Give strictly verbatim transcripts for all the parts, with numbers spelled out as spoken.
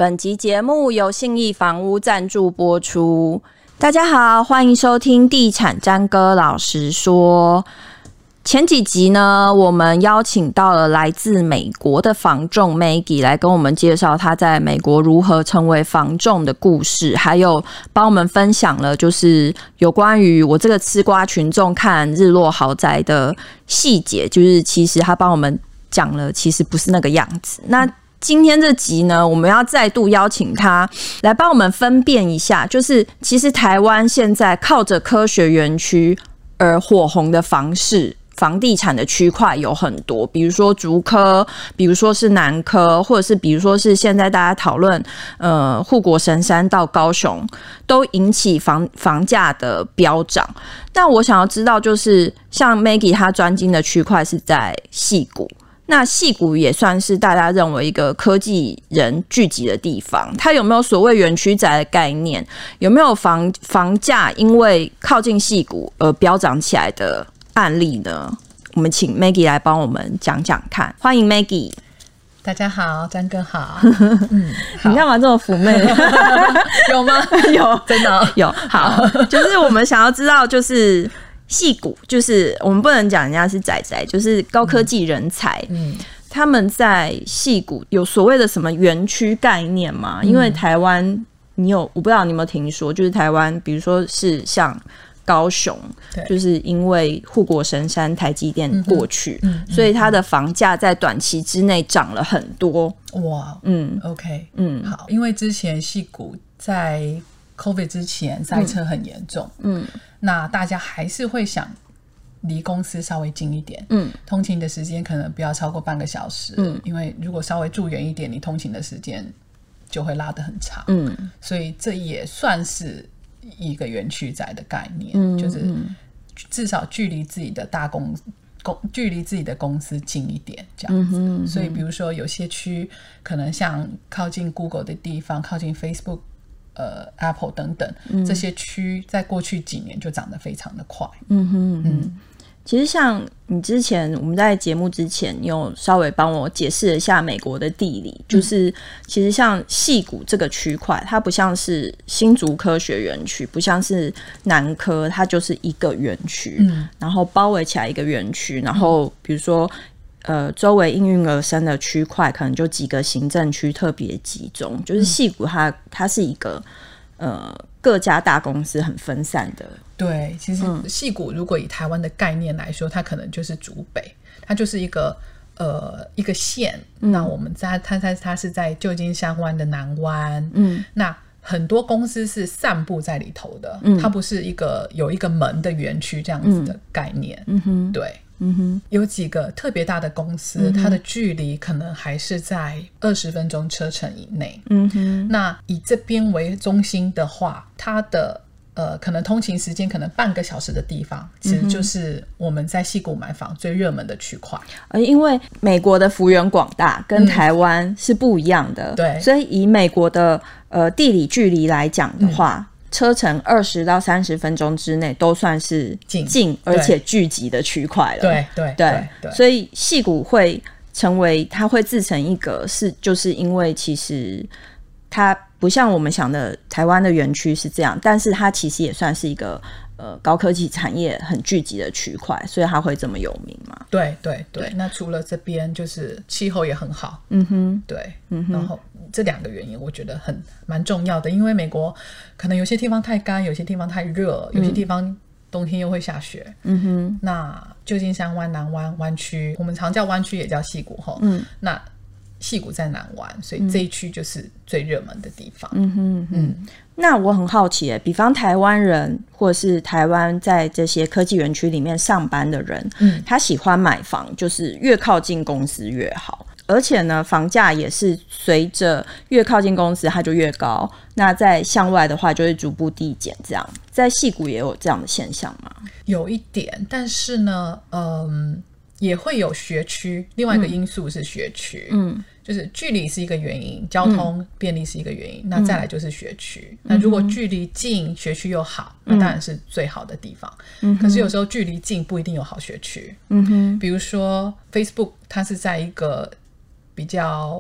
本集节目由信义房屋赞助播出。大家好，欢迎收听地产詹哥老实说。前几集呢，我们邀请到了来自美国的房仲 Maggie 来跟我们介绍他在美国如何成为房仲的故事，还有帮我们分享了就是有关于我这个吃瓜群众看日落豪宅的细节，就是其实他帮我们讲了其实不是那个样子。那今天这集呢，我们要再度邀请他来帮我们分辨一下，就是其实台湾现在靠着科学园区而火红的房市房地产的区块有很多，比如说竹科，比如说是南科，或者是比如说是现在大家讨论呃护国神山到高雄，都引起房房价的飙涨。但我想要知道，就是像 Maggie 她专精的区块是在矽谷。那矽谷也算是大家认为一个科技人聚集的地方，它有没有所谓园区宅的概念？有没有房房价因为靠近矽谷而飙涨起来的案例呢？我们请 Maggie 来帮我们讲讲看。欢迎 Maggie。 大家好，詹哥好。嗯，好你干嘛这么妩媚？ 有吗？ 有， 真的、哦、 有。好，就是我们想要知道，就是矽谷，就是我们不能讲人家是宅宅，就是高科技人才。嗯，他们在矽谷有所谓的什么园区概念吗？因为台湾，你有我不知道你有没有听说，就是台湾，比如说是像高雄，就是因为护国神山台积电过去、嗯嗯、所以它的房价在短期之内涨了很多。 哇，嗯 OK， 嗯，好，因为之前矽谷在 COVID 之前塞车很严重，嗯，那大家还是会想离公司稍微近一点，嗯，通勤的时间可能不要超过半个小时，嗯，因为如果稍微住远一点，你通勤的时间就会拉得很长，嗯，所以这也算是一个园区宅的概念、嗯、就是至少距离自己的大公公距离自己的公司近一点这样子、嗯嗯、所以比如说有些区可能像靠近 Google 的地方，靠近 Facebook、呃、Apple 等等、嗯、这些区在过去几年就涨得非常的快。嗯哼嗯，其实像你之前我们在节目之前你有稍微帮我解释了一下美国的地理、嗯、就是其实像矽谷这个区块，它不像是新竹科学园区，不像是南科，它就是一个园区、嗯、然后包围起来一个园区，然后比如说呃，周围应运而生的区块可能就几个行政区特别集中，就是矽谷它它是一个呃各家大公司很分散的。 对，其实矽谷如果以台湾的概念来说，它可能就是竹北，它就是一个呃一个县、嗯、那我们在它它它是在旧金山湾的南湾，嗯，那很多公司是散布在里头的、嗯、它不是一个有一个门的园区这样子的概念。嗯哼，对，嗯哼，有几个特别大的公司、嗯、它的距离可能还是在二十分钟车程以内。嗯哼，那以这边为中心的话，它的呃，可能通勤时间可能半个小时的地方，其实就是我们在矽谷买房最热门的区块。 而因为美国的幅员广大跟台湾是不一样的、嗯、对，所以以美国的呃地理距离来讲的话、嗯、车程二十到三十分钟之内都算是近近而且聚集的区块了。 对对 对, 对, 对， 所以矽谷会成为它会自成一格，是就是因为其实它不像我们想的台湾的园区是这样，但是它其实也算是一个呃高科技产业很聚集的区块，所以它会这么有名嘛。 对对 对, 对，那除了这边就是气候也很好。嗯哼，对，嗯哼，然后这两个原因我觉得很蛮重要的，因为美国可能有些地方太干，有些地方太热，有些地方冬天又会下雪。嗯哼，那旧金山湾南湾湾区，我们常叫湾区也叫矽谷齁。嗯，那矽谷在南湾，所以这一区就是最热门的地方。嗯哼嗯，那我很好奇耶，比方台湾人或者是台湾在这些科技园区里面上班的人、嗯、他喜欢买房就是越靠近公司越好，而且呢房价也是随着越靠近公司它就越高，那在向外的话就会逐步递减，这样在矽谷也有这样的现象吗？ 有一点，但是呢嗯也会有学区，另外一个因素是学区。嗯，就是距离是一个原因，交通便利是一个原因、嗯、那再来就是学区、嗯、那如果距离近学区又好、嗯、那当然是最好的地方、嗯、可是有时候距离近不一定有好学区。嗯哼，比如说 Facebook 它是在一个比较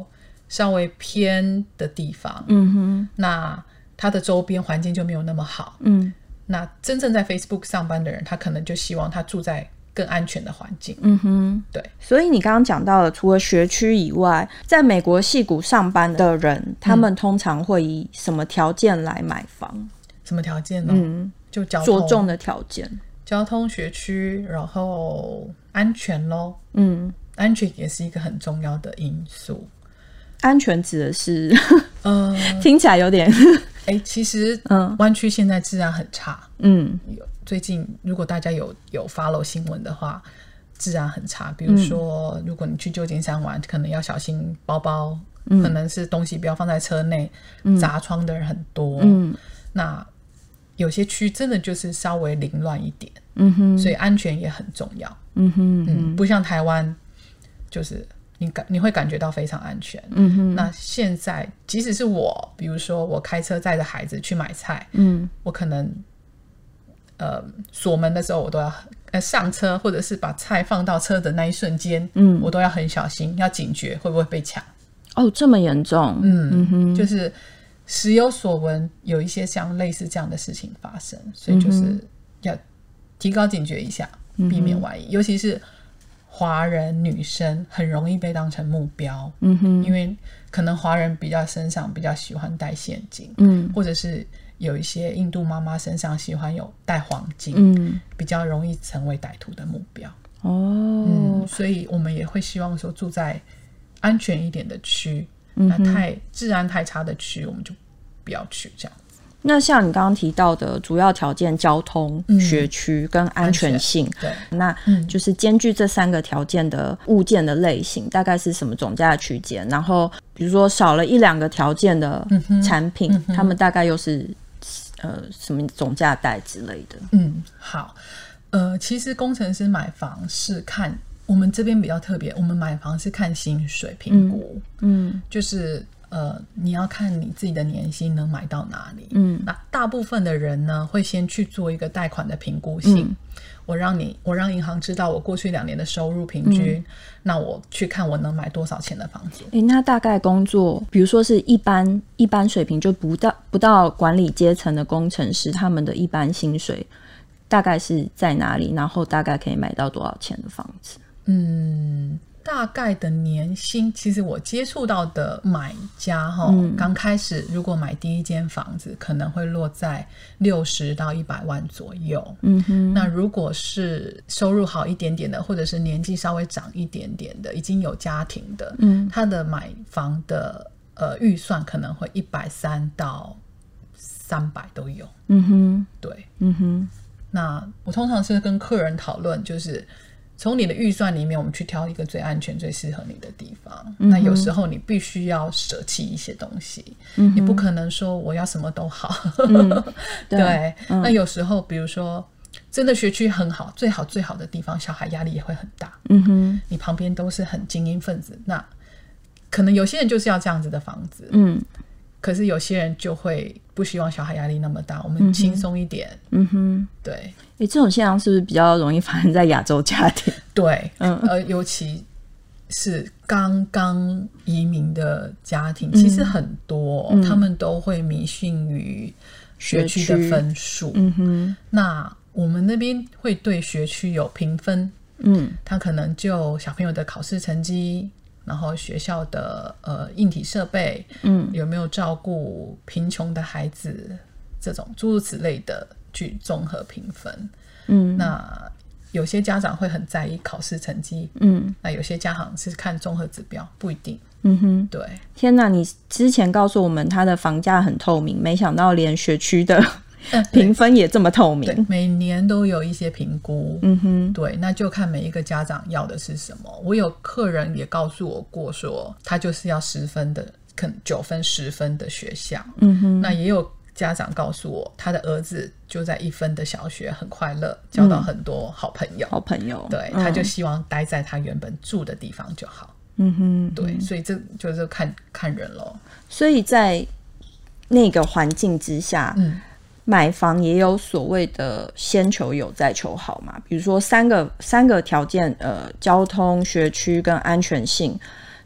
稍微偏的地方， 嗯哼， 那它的周边环境就没有那么好， 嗯， 那真正在 Facebook 上班的人，他可能就希望他住在更安全的环境， 嗯哼， 对。 所以你刚刚讲到了，除了学区以外，在美国矽谷上班的人，他们通常会以什么条件来买房？ 什么条件呢？嗯，就交通着重的条件， 交通、学区，然后安全咯。 嗯， 安全也是一个很重要的因素。 安全指的是， 呃， 听起来有点， 哎、欸，其实，嗯，湾区现在治安很差，嗯，最近如果大家有有 follow 新闻的话，治安很差。比如说，嗯、如果你去旧金山玩，可能要小心包包，嗯、可能是东西不要放在车内，嗯、砸窗的人很多。嗯，那有些区真的就是稍微凌乱一点，嗯哼，所以安全也很重要。嗯哼，嗯，不像台湾，就是你感你会感觉到非常安全。嗯哼，那现在即使是我，比如说我开车载着孩子去买菜，嗯，我可能呃锁门的时候，我都要呃上车，或者是把菜放到车的那一瞬间，嗯，我都要很小心，要警觉会不会被抢。哦， 这么严重？ 嗯，嗯哼，就是时有所闻，有一些像类似这样的事情发生，所以就是要提高警觉一下，避免万一。尤其是华人女生很容易被当成目标，嗯哼，因为可能华人比较身上比较喜欢带现金，嗯，或者是有一些印度妈妈身上喜欢有带黄金，嗯，比较容易成为歹徒的目标。哦，嗯，所以我们也会希望说住在安全一点的区，嗯、那太治安太差的区我们就不要去这样。 那像你刚刚提到的主要条件，交通、嗯、学区跟安全性， 对， 那就是兼具这三个条件的物件的类型，大概是什么总价区间？然后比如说少了一两个条件的产品，嗯、他们大概又是呃什么总价带之类的？ 嗯，好，呃，其实工程师买房是看。我们这边比较特别，我们买房是看薪水评估，嗯，嗯就是呃，你要看你自己的年薪能买到哪里，嗯，那大部分的人呢会先去做一个贷款的评估性，嗯、我让你，我让银行知道我过去两年的收入平均，嗯、那我去看我能买多少钱的房子。 欸、那大概工作，比如说是一般一般水平就不到不到管理阶层的工程师，他们的一般薪水大概是在哪里？然后大概可以买到多少钱的房子？ 嗯，大概的年薪，其实我接触到的买家哈，刚、嗯、开始如果买第一间房子，可能会落在六十到一百万左右。嗯哼，那如果是收入好一点点的，或者是年纪稍微长一点点的，已经有家庭的，嗯，他的买房的呃预算可能会一百三到三百都有。嗯哼，对，嗯哼，那我通常是跟客人讨论，就是从你的预算里面我们去挑一个最安全最适合你的地方、嗯、那有时候你必须要舍弃一些东西、嗯、你不可能说我要什么都好、嗯、对, 对、嗯、那有时候比如说真的学区很好，最好最好的地方小孩压力也会很大、嗯哼，你旁边都是很精英分子，那可能有些人就是要这样子的房子，嗯，可是有些人就会不希望小孩压力那么大，我们轻松一点。嗯哼，对。 欸、这种现象是不是比较容易发生在亚洲家庭？ 对，嗯，呃，尤其是刚刚移民的家庭，其实很多、嗯、他们都会迷信于学区的分数。嗯哼，那我们那边会对学区有评分，嗯，他可能就小朋友的考试成绩，然后学校的呃硬体设备，嗯，有没有照顾贫穷的孩子，这种诸如此类的去综合评分。嗯，那有些家长会很在意考试成绩，嗯，那有些家长是看综合指标，不一定。嗯哼，对。天哪， 你之前告诉我们他的房价很透明，没想到连学区的评分也这么透明。 对，每年都有一些评估。嗯哼，对，那就看每一个家长要的是什么。我有客人也告诉我过说，他就是要十分的，可能九分十分的学校。嗯哼，那也有家长告诉我，他的儿子就在一分的小学，很快乐，交到很多好朋友。 好朋友， 对，嗯、他就希望待在他原本住的地方就好。嗯哼，对，所以这就是看看人咯。 所以在那个环境之下，嗯，买房也有所谓的先求有再求好嘛。比如说三个三个条件，呃，交通、学区跟安全性。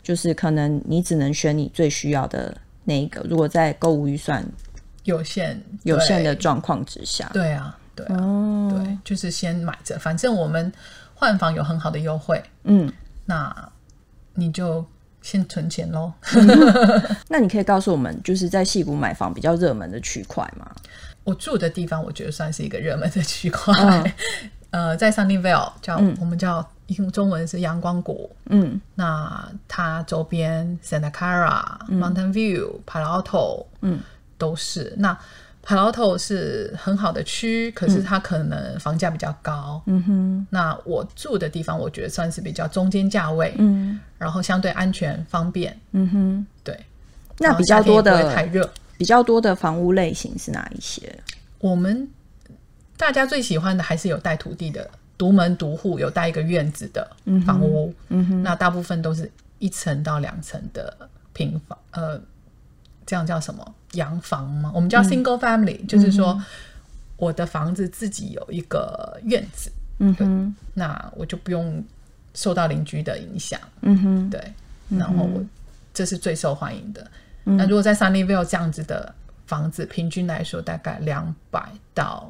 就是可能你只能选你最需要的那一个，如果在购物预算有限有限的状况之下。 对啊对啊、 哦、 对，就是先买着，反正我们换房有很好的优惠， 嗯， 那你就先存钱咯、 嗯、那你可以告诉我们就是在矽谷买房比较热门的区块吗？ 我住的地方我觉得算是一个热门的区块、嗯、呃，在 Sunnyvale 叫、嗯、我们叫中文是阳光谷，嗯，那它周边 Santa Clara、Mountain View、Palo Alto 嗯都是。那Palo Alto 是很好的区，可是它可能房价比较高，嗯哼。那我住的地方我觉得算是比较中间价位，嗯，然后相对安全方便，嗯哼，对。 那比较多的夏天也不会太热， 比较多的房屋类型是哪一些？ 我们大家最喜欢的还是有带土地的，独门独户，有带一个院子的房屋，嗯哼，那大部分都是一层到两层的平房，呃，这样叫什么？洋房吗？我们叫 single family，、嗯、就是说我的房子自己有一个院子，嗯哼，那我就不用受到邻居的影响，嗯哼，对，然后我这是最受欢迎的。嗯、那如果在 Sunnyvale 这样子的房子，平均来说大概两百到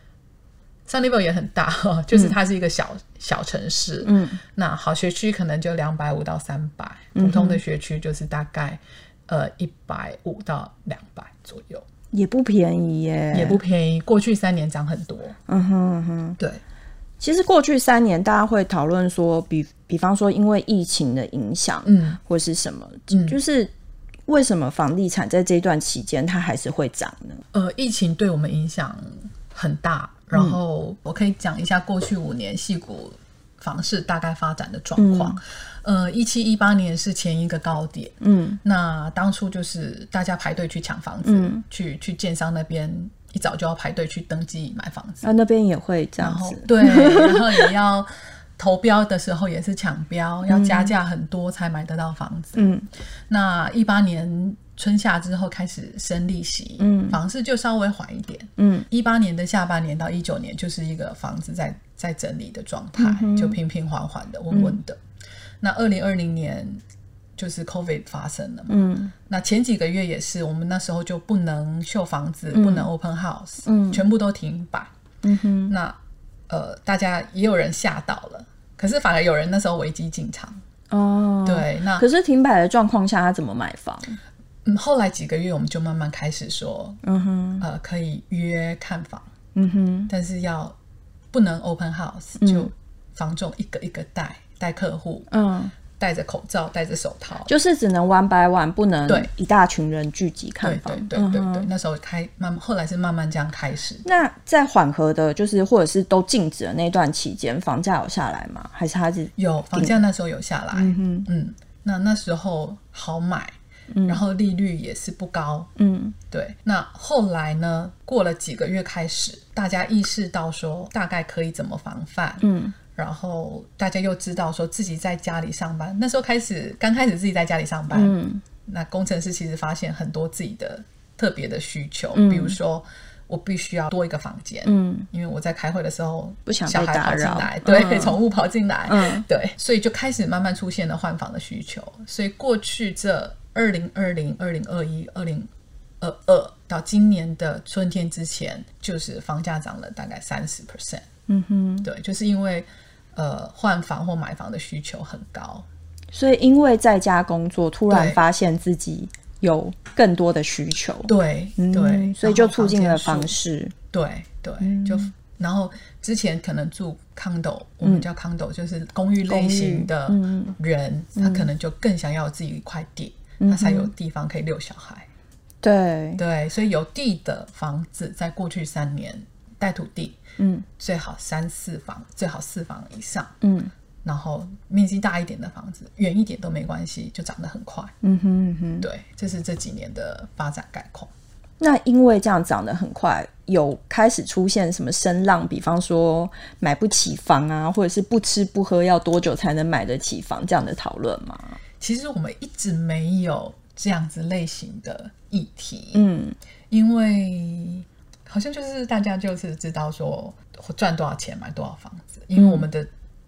Sunnyvale 也很大、哦、就是它是一个小、嗯、小城市，嗯，那好学区可能就两百五到三百，普通的学区就是大概呃一百五到两百左右， 也不便宜耶， 也不便宜。过去三年涨很多，嗯哼嗯哼，对。 其实过去三年大家会讨论说，比比方说因为疫情的影响，嗯，或是什么，嗯、就是为什么房地产在这段期间它还是会涨呢？ 呃，疫情对我们影响很大。然后我可以讲一下过去五年矽谷房市大概发展的状况。嗯、呃，一七一八年是前一个高点，嗯，那当初就是大家排队去抢房子，嗯、去去建商那边一早就要排队去登记买房子， 啊，那边也会这样子， 对，然后也要投标的时候也是抢标，要加价很多才买得到房子。嗯，那一八年春夏之后开始升利息，嗯，房市就稍微缓一点。嗯，一八年的下半年到一九年就是一个房子在在整理的状态，嗯、就平平缓缓的、稳稳的。嗯、那二零二零年就是 COVID 发生了嘛，嗯，那前几个月也是，我们那时候就不能秀房子，嗯、不能 open house，嗯，全部都停摆。嗯哼，那呃，大家也有人吓到了，可是反而有人那时候危机进场。哦，对，那可是停摆的状况下，他怎么买房？ 嗯，后来几个月我们就慢慢开始说，嗯哼，呃，可以约看房，嗯哼，但是要不能 open house，嗯、就房仲一个一个带带客户，嗯，戴着口罩，戴着手套， 就是只能 one by one， 不能一大群人聚集看房。 对对对对对，嗯、那时候开慢慢，后来是慢慢这样开始。 那在缓和的，就是或者是都禁止的那段期间，房价有下来吗？还是它是有房价那时候有下来？嗯哼，嗯，那那时候好买。嗯、然后利率也是不高，嗯，对。那后来呢？过了几个月开始，大家意识到说大概可以怎么防范，嗯，然后大家又知道说自己在家里上班，那时候开始刚开始自己在家里上班，嗯，那工程师其实发现很多自己的特别的需求，嗯、比如说我必须要多一个房间，嗯，因为我在开会的时候不想被打扰， 小孩跑进来，对，嗯、宠物跑进来，嗯，对，所以就开始慢慢出现了换房的需求。所以过去这二零二零、二零二一、二零二二到今年的春天之前，就是房价涨了大概 百分之三十。嗯哼，对，就是因为呃换房或买房的需求很高， 所以因为在家工作，突然发现自己有更多的需求， 对、嗯、对， 所以就促进了房市， 对对，嗯、就然后之前可能住 condo， 我们叫 condo，、嗯、就是公寓类型的人，嗯、他可能就更想要自己一块地。他才有地方可以遛小孩， 对对，所以有地的房子在过去三年带土地，嗯，最好三四房，最好四房以上，嗯，然后面积大一点的房子，远一点都没关系，就涨得很快，嗯哼嗯哼，对，这是这几年的发展概况。 那因为这样涨得很快，有开始出现什么声浪，比方说买不起房啊，或者是不吃不喝要多久才能买得起房这样的讨论吗？ 其实我们一直没有这样子类型的议题，嗯，因为好像就是大家就是知道说赚多少钱买多少房子，因为我们的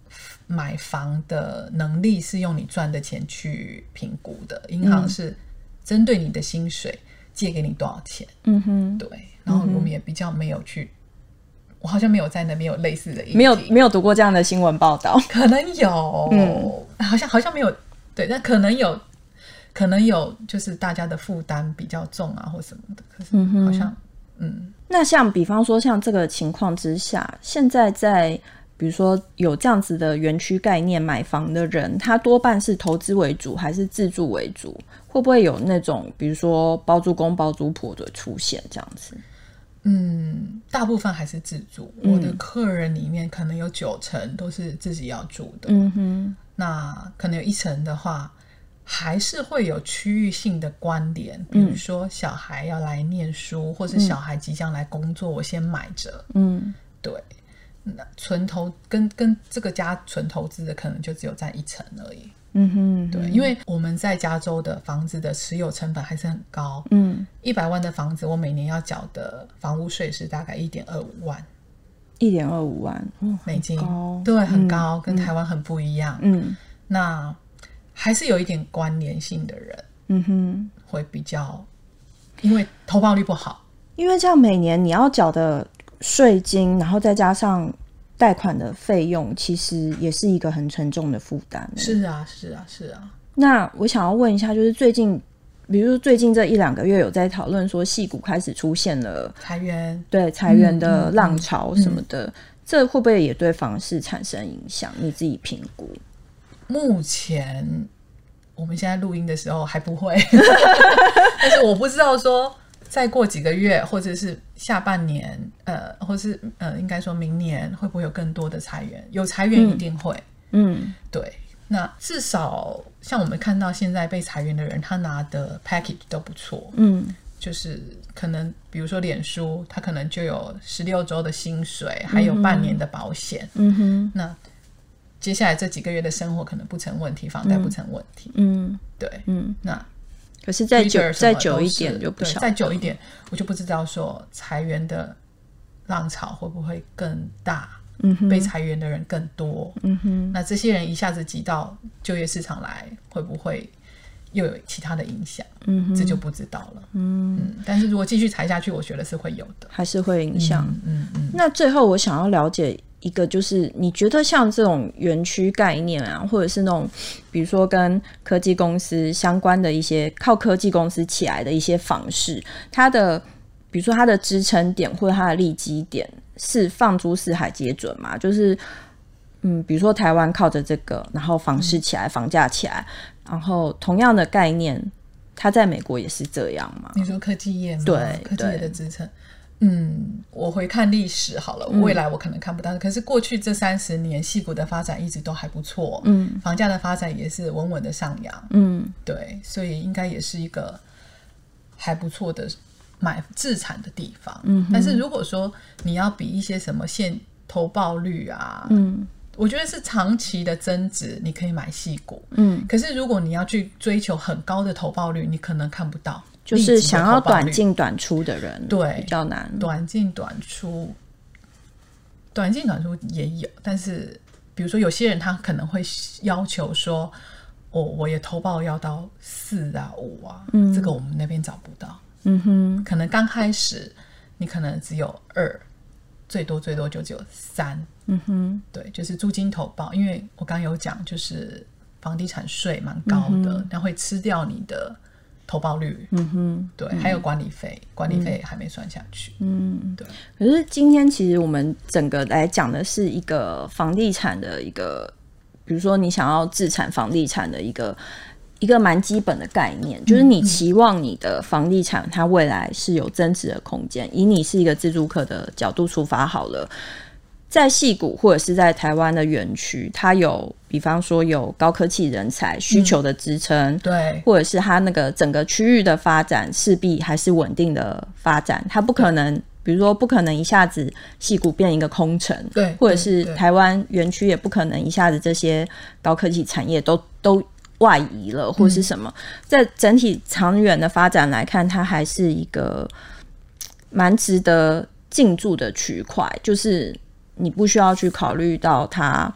买房的能力是用你赚的钱去评估的，银行是针对你的薪水借给你多少钱。嗯哼，对。然后我们也比较没有去，我好像没有在那边有类似的议题， 没有没有读过这样的新闻报道， 可能有，嗯，好像好像没有，对，但可能有，可能有，就是大家的负担比较重啊，或什么的。可是好像，嗯，嗯那像比方说像这个情况之下，现在在比如说有这样子的园区概念买房的人，他多半是投资为主还是自住为主？会不会有那种比如说包租公包租婆的出现这样子？ 嗯，大部分还是自住。嗯、我的客人里面可能有九成都是自己要住的。嗯哼，那可能有一成的话，还是会有区域性的关联，比如说小孩要来念书，嗯、或是小孩即将来工作，我先买着。嗯，对。那纯投跟跟这个家纯投资的，可能就只有占一成而已。嗯哼，对，因为我们在加州的房子的持有成本还是很高。嗯，一百万的房子，我每年要缴的房屋税是大概一点二五万， 一点二五万美金，对，很高，嗯、跟台湾很不一样。嗯，那还是有一点关联性的人，嗯哼，会比较，因为投报率不好， 因为这样每年你要缴的税金，然后再加上贷款的费用，其实也是一个很沉重的负担。 是啊是啊是啊。 那我想要问一下，就是最近比如说最近这一两个月有在讨论说矽谷开始出现了裁员， 对裁员的浪潮什么的，嗯嗯嗯、这会不会也对房市产生影响？你自己评估？ 目前我们现在录音的时候还不会但是我不知道说再过几个月或者是下半年呃，或是呃，应该说明年会不会有更多的裁员？有裁员一定会，嗯，对。那至少像我们看到现在被裁员的人，他拿的 package 都不错，嗯，就是可能比如说脸书，他可能就有十六周的薪水，还有半年的保险，嗯哼。那接下来这几个月的生活可能不成问题，房贷不成问题，嗯，对，嗯，那。 可是再久再久一点就不晓得， 再久一点我就不知道说裁员的浪潮会不会更大，嗯、被裁员的人更多，嗯哼，那这些人一下子挤到就业市场来，会不会又有其他的影响？嗯，这就不知道了。嗯, 嗯，但是如果继续裁下去，我觉得是会有的， 还是会影响。 嗯 嗯, 嗯。 那最后我想要了解一个，就是你觉得像这种园区概念啊，或者是那种比如说跟科技公司相关的一些靠科技公司起来的一些房市，它的比如说它的支撑点或者它的利基点是放诸四海皆准嘛？就是嗯，比如说台湾靠着这个，然后房市起来，房价起来，然后同样的概念，它在美国也是这样嘛？ 你说科技业吗？ 对， 科技业的支撑。嗯，我回看历史好了，未来我可能看不到，嗯、可是过去这三十年，矽谷的发展一直都还不错，嗯，房价的发展也是稳稳的上扬，嗯，对，所以应该也是一个还不错的买置产的地方，嗯，但是如果说你要比一些什么现投报率啊，嗯，我觉得是长期的增值，你可以买矽谷，嗯，可是如果你要去追求很高的投报率，你可能看不到。 就是想要短进短出的人， 对， 比较难。 短进短出，短进短出也有，但是比如说有些人他可能会要求说，哦，我也投报要到四啊五啊，嗯，这个我们那边找不到。嗯哼，可能刚开始你可能只有二，最多最多就只有三。嗯哼，对，就是租金投报，因为我刚刚有讲，就是房地产税蛮高的，那、嗯、会吃掉你的投报率，嗯哼，对，嗯、还有管理费，管理费还没算下去，嗯，对。 可是今天其实我们整个来讲的是一个房地产的一个，比如说你想要置产房地产的一个一个蛮基本的概念，就是你期望你的房地产它未来是有增值的空间。以你是一个自住客的角度出发好了。在矽谷或者是在台湾的园区，它有比方说有高科技人才需求的支撑、嗯、 对， 或者是它那个整个区域的发展势必还是稳定的发展，它不可能比如说不可能一下子矽谷变一个空城， 对， 或者是台湾园区也不可能一下子这些高科技产业都都外移了或是什么、嗯、在整体长远的发展来看，它还是一个蛮值得进驻的区块，就是你不需要去考虑到它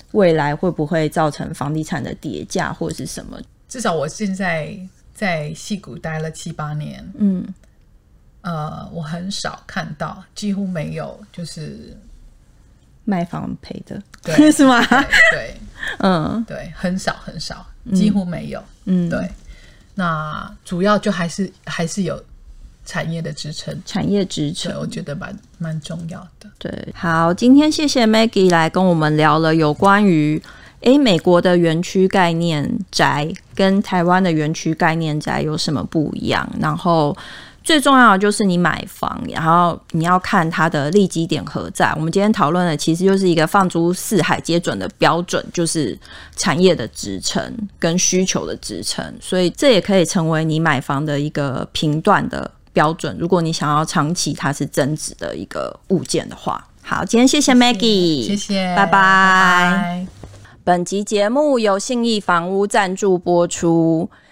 未来会不会造成房地产的跌价或者是什么？ 至少我现在在矽谷待了七八年，嗯，呃，我很少看到，几乎没有，就是卖房赔的， 对是吗？ 对，对嗯，对，很少很少，几乎没有，嗯，对。那主要就还是还是有产业的支撑， 产业支撑， 我觉得蛮蛮重要的。 对，好，今天谢谢 Maggie 来跟我们聊了有关于诶美国的园区概念宅跟台湾的园区概念宅有什么不一样，然后最重要的就是你买房，然后你要看它的利基点何在。我们今天讨论的其实就是一个放诸四海皆准的标准，就是产业的支撑跟需求的支撑，所以这也可以成为你买房的一个评断的标准，如果你想要长期它是增值的一个物件的话。好，今天谢谢 Maggie， 谢谢， 拜拜。 拜拜。 本集节目由信义房屋赞助播出。